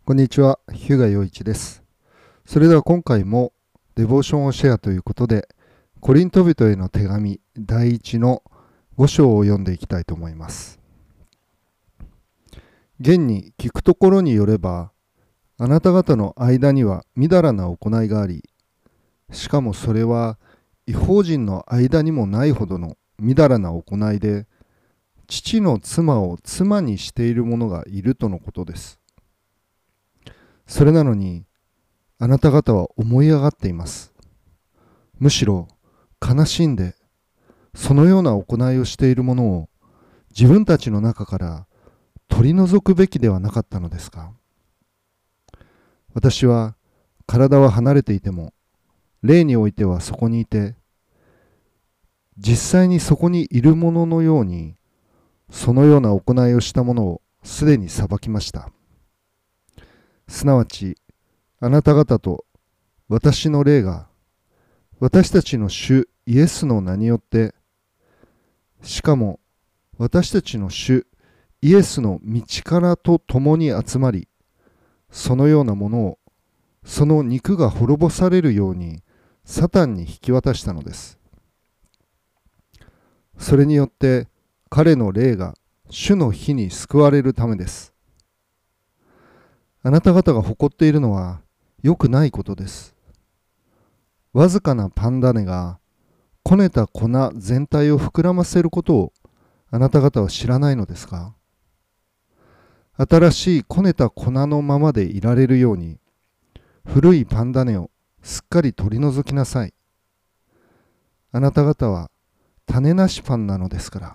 こんにちは、日向陽一です。それでは今回もデボーションをシェアということで、コリント人への手紙第1の5章を読んでいきたいと思います。現に聞くところによれば、あなた方の間にはみだらな行いがあり、しかもそれは異邦人の間にもないほどのみだらな行いで、父の妻を妻にしている者がいるとのことです。それなのに、あなた方は思い上がっています。むしろ悲しんで、そのような行いをしているものを自分たちの中から取り除くべきではなかったのですか。私は体は離れていても、霊においてはそこにいて、実際にそこにいるもののように、そのような行いをした者をすでに裁きました。すなわち、あなた方と私の霊が、私たちの主イエスの名によって、しかも私たちの主イエスの道からと共に集まり、そのようなものを、その肉が滅ぼされるようにサタンに引き渡したのです。それによって彼の霊が主の日に救われるためです。あなた方が誇っているのは良くないことです。わずかなパン種がこねた粉全体を膨らませることをあなた方は知らないのですか。新しいこねた粉のままでいられるように、古いパン種をすっかり取り除きなさい。あなた方は種なしパンなのですから。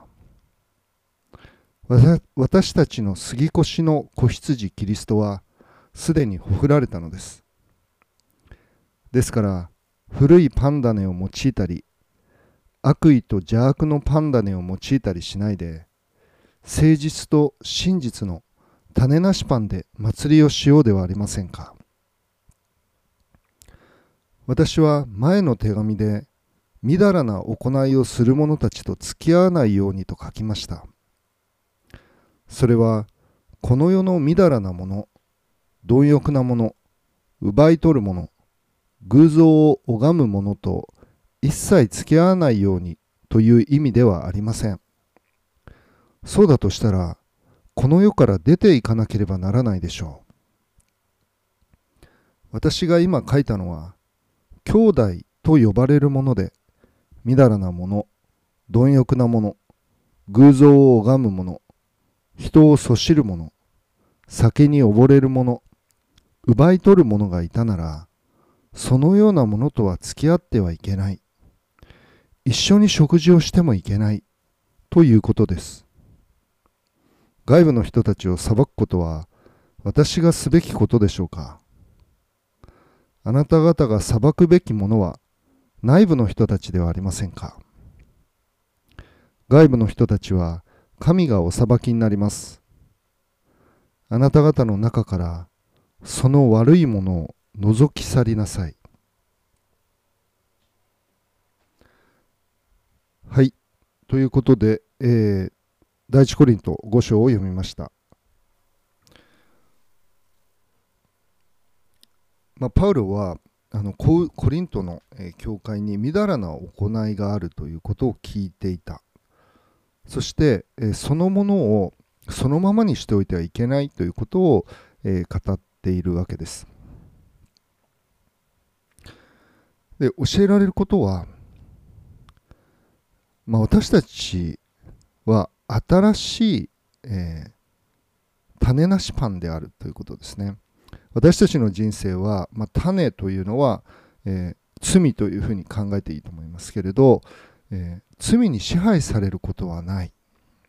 私たちの杉越の子羊キリストはすでにほふられたのです。ですから、古いパン種を用いたり、悪意と邪悪のパン種を用いたりしないで、誠実と真実の種なしパンで祭りをしようではありませんか。私は前の手紙で、みだらな行いをする者たちと付き合わないようにと書きました。それは、この世のみだらなもの、貪欲なもの、奪い取るもの、偶像を拝むものと一切付き合わないようにという意味ではありません。そうだとしたら、この世から出ていかなければならないでしょう。私が今書いたのは、兄弟と呼ばれるもので、みだらなもの、貪欲なもの、偶像を拝むもの、人をそしるもの、酒に溺れるもの、奪い取る者がいたなら、そのようなものとは付き合ってはいけない。一緒に食事をしてもいけないということです。外部の人たちを裁くことは私がすべきことでしょうか。あなた方が裁くべきものは内部の人たちではありませんか。外部の人たちは神がお裁きになります。あなた方の中からその悪いものを除き去りなさい。はい。ということで、第一コリント5章を読みました。パウロはコリントの教会にみだらな行いがあるということを聞いていた。そして、そのものをそのままにしておいてはいけないということを、語っているわけです。で、教えられることは、私たちは新しい、種なしパンであるということですね。私たちの人生は、種というのは、罪というふうに考えていいと思いますけれど、罪に支配されることはない。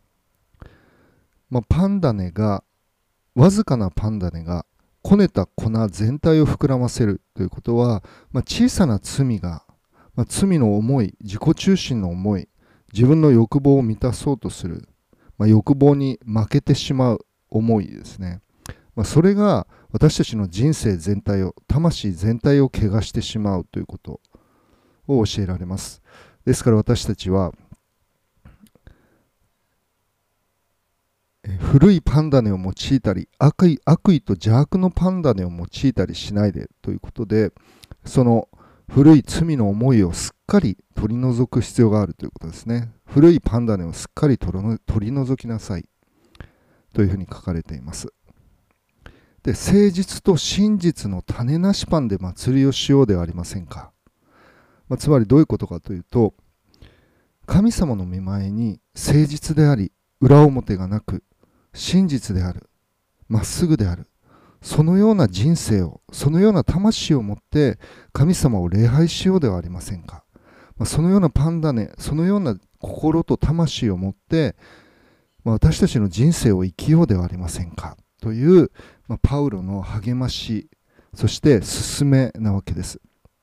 パン種が、わずかなパン種がこねた粉全体を膨らませるということは、小さな罪が、罪の思い、自己中心の思い、自分の欲望を満たそうとする、欲望に負けてしまう思いですね。それが私たちの人生全体を、魂全体を汚してしまうということを教えられます。ですから私たちは、 古いパンダネを用いたり、悪意と邪悪のパンダネを用いたりしないでということで、その古い罪の思いをすっかり取り除く必要があるということですね。古いパンダネをすっかり取り除きなさいというふうに書かれています。で、誠実と真実の種なしパンで祭りをしようではありませんか。つまりどういうことかというと、神様の御前に誠実であり、裏表がなく、真実である、まっすぐである、そのような人生を、そのような魂を持って神様を礼拝しようではありませんか。そのようなパンダネ、そのような心と魂を持って、私たちの人生を生きようではありませんかという、パウロの励まし、そして勧めなわけです。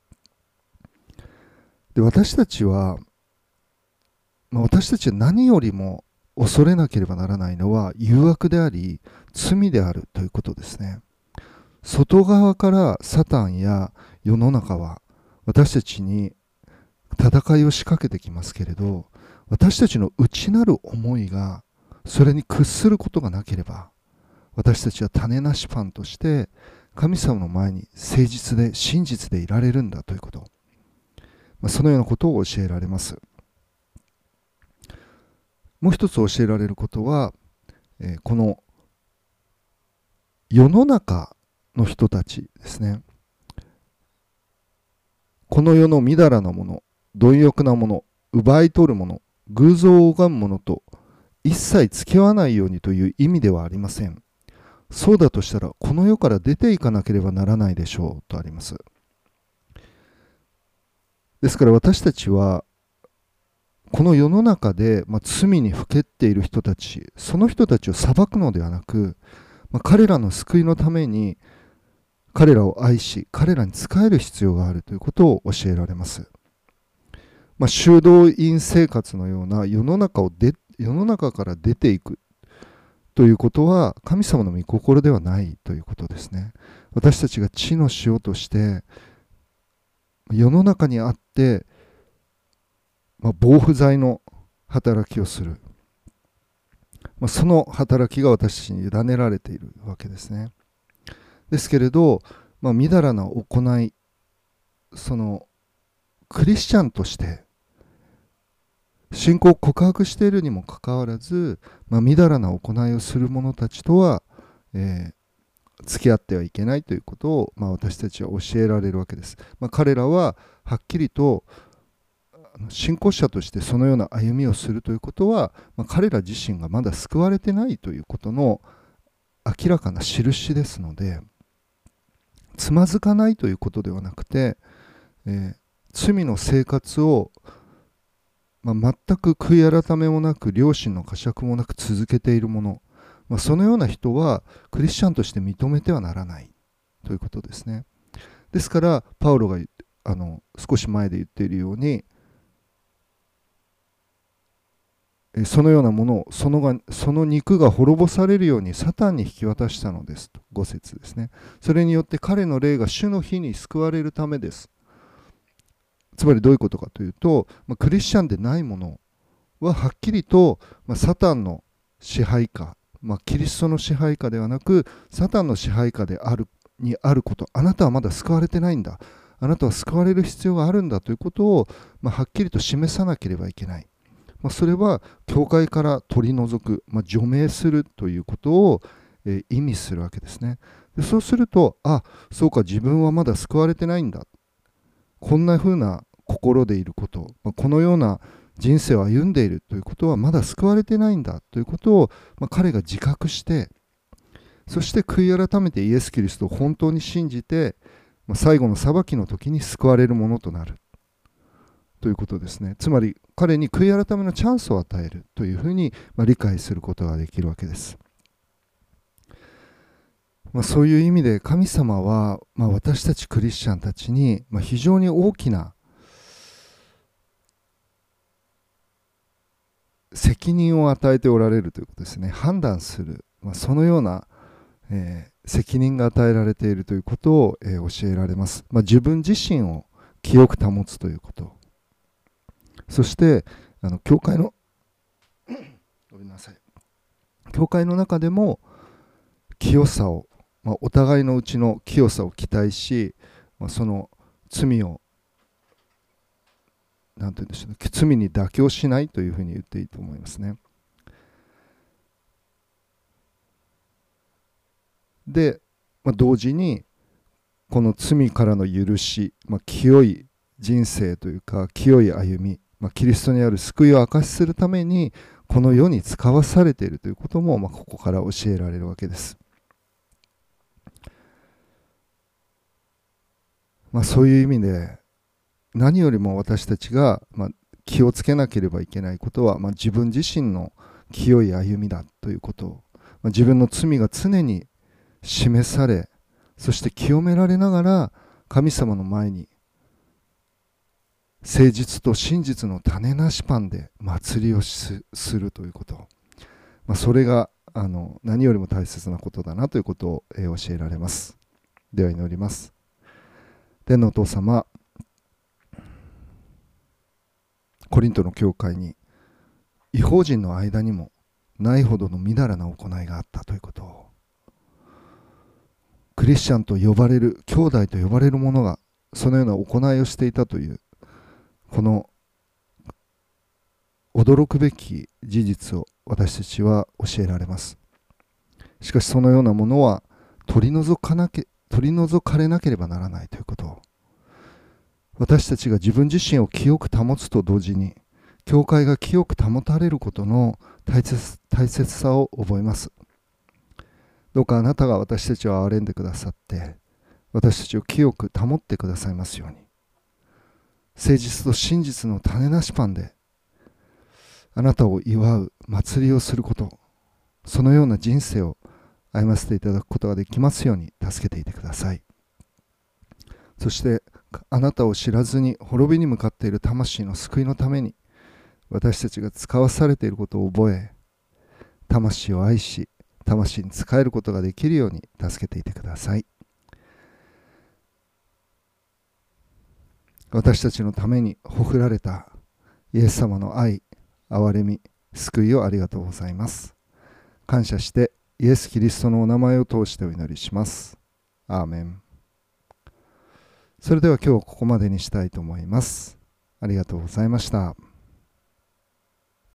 で、私たちは何よりも恐れなければならないのは誘惑であり罪であるということですね。外側からサタンや世の中は私たちに戦いを仕掛けてきますけれど、私たちの内なる思いがそれに屈することがなければ、私たちは種なしパンとして神様の前に誠実で真実でいられるんだということ、そのようなことを教えられます。もう一つ教えられることは、この世の中の人たちですね。この世のみだらなもの、貪欲なもの、奪い取るもの、偶像を拝むものと一切付き合わないようにという意味ではありません。そうだとしたらこの世から出ていかなければならないでしょうとあります。ですから私たちはこの世の中で、罪にふけっている人たち、その人たちを裁くのではなく、彼らの救いのために彼らを愛し、彼らに仕える必要があるということを教えられます。修道院生活のような世の中から出ていくということは神様の御心ではないということですね。私たちが地の塩として世の中にあって防腐剤の働きをする、その働きが私たちに委ねられているわけですね。ですけれど、みだらな行い、そのクリスチャンとして信仰を告白しているにもかかわらず、みだらな行いをする者たちとは、付き合ってはいけないということを、私たちは教えられるわけです。彼らははっきりと信仰者としてそのような歩みをするということは、彼ら自身がまだ救われてないということの明らかな印ですので、つまずかないということではなくて、罪の生活を、全く悔い改めもなく良心の呵責もなく続けている者、そのような人はクリスチャンとして認めてはならないということですね。ですからパウロが少し前で言っているように、そのようなものをその肉が滅ぼされるようにサタンに引き渡したのですと、5節ですね。それによって彼の霊が主の日に救われるためです。つまりどういうことかというと、クリスチャンでないものははっきりと、サタンの支配下、キリストの支配下ではなくサタンの支配下であること、あなたはまだ救われてないんだ、あなたは救われる必要があるんだということを、はっきりと示さなければいけない。それは教会から取り除く、除名するということを、意味するわけですね。でそうすると、そうか、自分はまだ救われてないんだ、こんな風な心でいること、このような人生を歩んでいるということはまだ救われてないんだということを、彼が自覚して、そして悔い改めてイエス・キリストを本当に信じて、最後の裁きの時に救われるものとなるということですね。つまり彼に悔い改めのチャンスを与えるというふうに理解することができるわけです。そういう意味で神様は、私たちクリスチャンたちに、非常に大きな責任を与えておられるということですね。判断する、そのような、責任が与えられているということを、教えられます。自分自身を清く保つということ、そして教会のごめんなさい、 教会の中でも清さを、お互いのうちの清さを期待し、その罪をなんて言うんでしょうね、罪に妥協しないというふうに言っていいと思いますね。で、同時にこの罪からの許し、清い人生というか清い歩み、キリストにある救いを証しするためにこの世に使わされているということも、ここから教えられるわけです。そういう意味で何よりも私たちが、気をつけなければいけないことは、自分自身の清い歩みだということを、自分の罪が常に示され、そして清められながら神様の前に誠実と真実の種なしパンで祭りをするということ、それが何よりも大切なことだなということを教えられます。では祈ります。天のお父様、コリントの教会に異邦人の間にもないほどのみだらな行いがあったということを、クリスチャンと呼ばれる、兄弟と呼ばれる者がそのような行いをしていたという、この驚くべき事実を私たちは教えられます。しかしそのようなものは取り除かれなければならないということを、私たちが自分自身を清く保つと同時に教会が清く保たれることの大切さを覚えます。どうかあなたが私たちを憐れんでくださって、私たちを清く保ってくださいますように、誠実と真実の種なしパンであなたを祝う祭りをすること、そのような人生を歩ませていただくことができますように助けていてください。そしてあなたを知らずに滅びに向かっている魂の救いのために、私たちが使わされていることを覚え、魂を愛し、魂に仕えることができるように助けていてください。私たちのためにほふられたイエス様の愛、憐れみ、救いをありがとうございます。感謝してイエス・キリストのお名前を通してお祈りします。アーメン。それでは今日ここまでにしたいと思います。ありがとうございました。